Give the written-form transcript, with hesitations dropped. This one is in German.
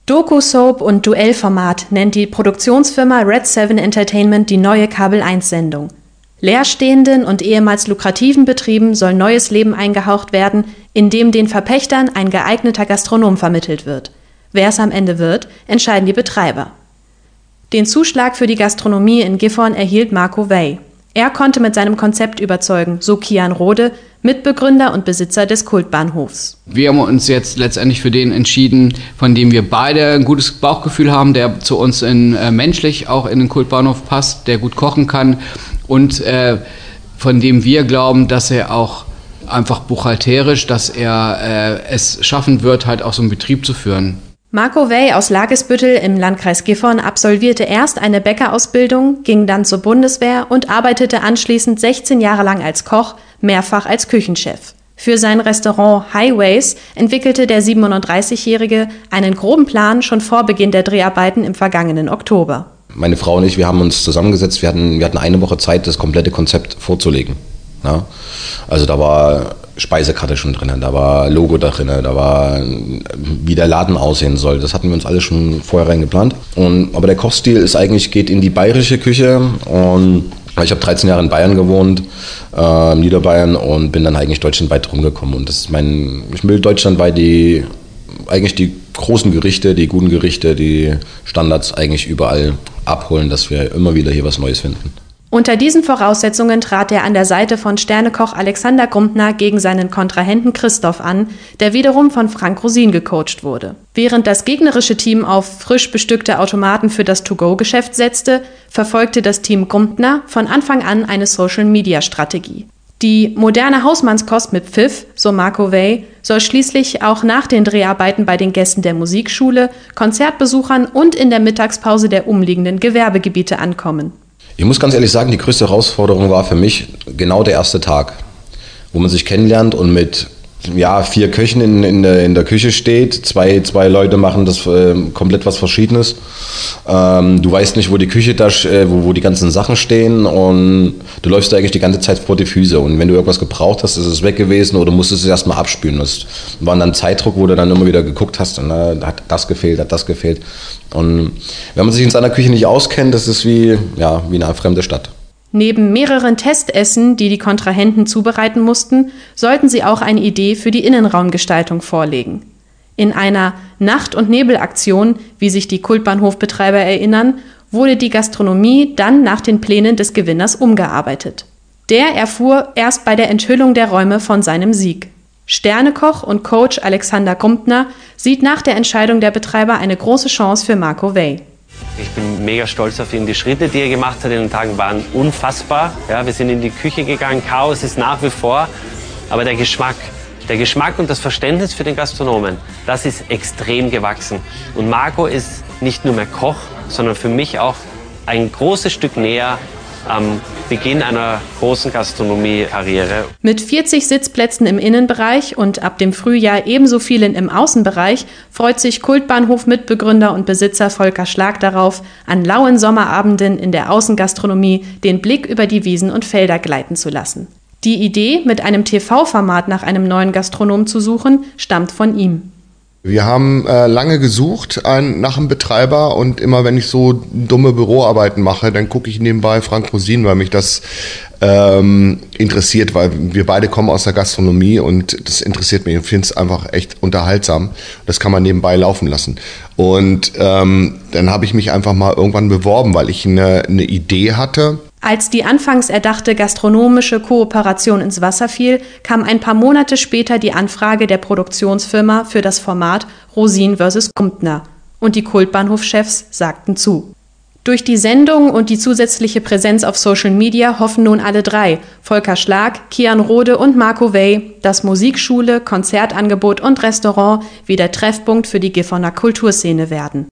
Doku-Soap und Duellformat nennt die Produktionsfirma Red 7 Entertainment die neue Kabel-1-Sendung. Leerstehenden und ehemals lukrativen Betrieben soll neues Leben eingehaucht werden, indem den Verpächtern ein geeigneter Gastronom vermittelt wird. Wer es am Ende wird, entscheiden die Betreiber. Den Zuschlag für die Gastronomie in Gifhorn erhielt Marco Wey. Er konnte mit seinem Konzept überzeugen, so Kian Rode, Mitbegründer und Besitzer des Kultbahnhofs. Wir haben uns jetzt letztendlich für den entschieden, von dem wir beide ein gutes Bauchgefühl haben, der zu uns menschlich auch in den Kultbahnhof passt, der gut kochen kann und von dem wir glauben, dass er auch einfach buchhalterisch, dass er es schaffen wird, halt auch so einen Betrieb zu führen. Marco Wey aus Lagisbüttel im Landkreis Gifhorn absolvierte erst eine Bäckerausbildung, ging dann zur Bundeswehr und arbeitete anschließend 16 Jahre lang als Koch, mehrfach als Küchenchef. Für sein Restaurant Highways entwickelte der 37-Jährige einen groben Plan schon vor Beginn der Dreharbeiten im vergangenen Oktober. Meine Frau und ich, wir haben uns zusammengesetzt, wir hatten eine Woche Zeit, das komplette Konzept vorzulegen. Ja? Also da war Speisekarte schon drin, da war Logo da drin, da war, wie der Laden aussehen soll. Das hatten wir uns alle schon vorher reingeplant. Aber der Kochstil geht in die bayerische Küche. Und ich habe 13 Jahre in Bayern gewohnt, Niederbayern, und bin dann eigentlich deutschlandweit rumgekommen. Und ich will deutschlandweit die großen Gerichte, die guten Gerichte, die Standards eigentlich überall abholen, dass wir immer wieder hier was Neues finden. Unter diesen Voraussetzungen trat er an der Seite von Sternekoch Alexander Grumpner gegen seinen Kontrahenten Christoph an, der wiederum von Frank Rosin gecoacht wurde. Während das gegnerische Team auf frisch bestückte Automaten für das To-Go-Geschäft setzte, verfolgte das Team Grumpner von Anfang an eine Social-Media-Strategie. Die moderne Hausmannskost mit Pfiff, so Marco Wey, soll schließlich auch nach den Dreharbeiten bei den Gästen der Musikschule, Konzertbesuchern und in der Mittagspause der umliegenden Gewerbegebiete ankommen. Ich muss ganz ehrlich sagen, die größte Herausforderung war für mich genau der erste Tag, wo man sich kennenlernt und mit 4 Köchen in der Küche steht. Zwei Leute machen das komplett was Verschiedenes. Du weißt nicht, wo die Küche wo die ganzen Sachen stehen, und du läufst da eigentlich die ganze Zeit vor die Füße. Und wenn du irgendwas gebraucht hast, ist es weg gewesen oder musstest es erstmal abspülen. Das war dann Zeitdruck, wo du dann immer wieder geguckt hast, und hat das gefehlt. Und wenn man sich in seiner Küche nicht auskennt, das ist wie eine fremde Stadt. Neben mehreren Testessen, die die Kontrahenten zubereiten mussten, sollten sie auch eine Idee für die Innenraumgestaltung vorlegen. In einer Nacht- und Nebelaktion, wie sich die Kultbahnhofbetreiber erinnern, wurde die Gastronomie dann nach den Plänen des Gewinners umgearbeitet. Der erfuhr erst bei der Enthüllung der Räume von seinem Sieg. Sternekoch und Coach Alexander Grumpner sieht nach der Entscheidung der Betreiber eine große Chance für Marco Wey. Ich bin mega stolz auf ihn. Die Schritte, die er gemacht hat in den Tagen, waren unfassbar. Ja, wir sind in die Küche gegangen, Chaos ist nach wie vor, aber der Geschmack und das Verständnis für den Gastronomen, das ist extrem gewachsen. Und Marco ist nicht nur mehr Koch, sondern für mich auch ein großes Stück näher am Beginn einer großen Gastronomie-Karriere. Mit 40 Sitzplätzen im Innenbereich und ab dem Frühjahr ebenso vielen im Außenbereich freut sich Kultbahnhof-Mitbegründer und Besitzer Volker Schlag darauf, an lauen Sommerabenden in der Außengastronomie den Blick über die Wiesen und Felder gleiten zu lassen. Die Idee, mit einem TV-Format nach einem neuen Gastronom zu suchen, stammt von ihm. Wir haben lange gesucht nach einem Betreiber, und immer wenn ich so dumme Büroarbeiten mache, dann gucke ich nebenbei Frank Rosin, weil mich das interessiert, weil wir beide kommen aus der Gastronomie und das interessiert mich und finde es einfach echt unterhaltsam. Das kann man nebenbei laufen lassen. Und dann habe ich mich einfach mal irgendwann beworben, weil ich eine Idee hatte. Als die anfangs erdachte gastronomische Kooperation ins Wasser fiel, kam ein paar Monate später die Anfrage der Produktionsfirma für das Format Rosin vs. Grumpner, und die Kultbahnhofchefs sagten zu. Durch die Sendung und die zusätzliche Präsenz auf Social Media hoffen nun alle drei, Volker Schlag, Kian Rode und Marco Wey, dass Musikschule, Konzertangebot und Restaurant wieder Treffpunkt für die Gifhorner Kulturszene werden.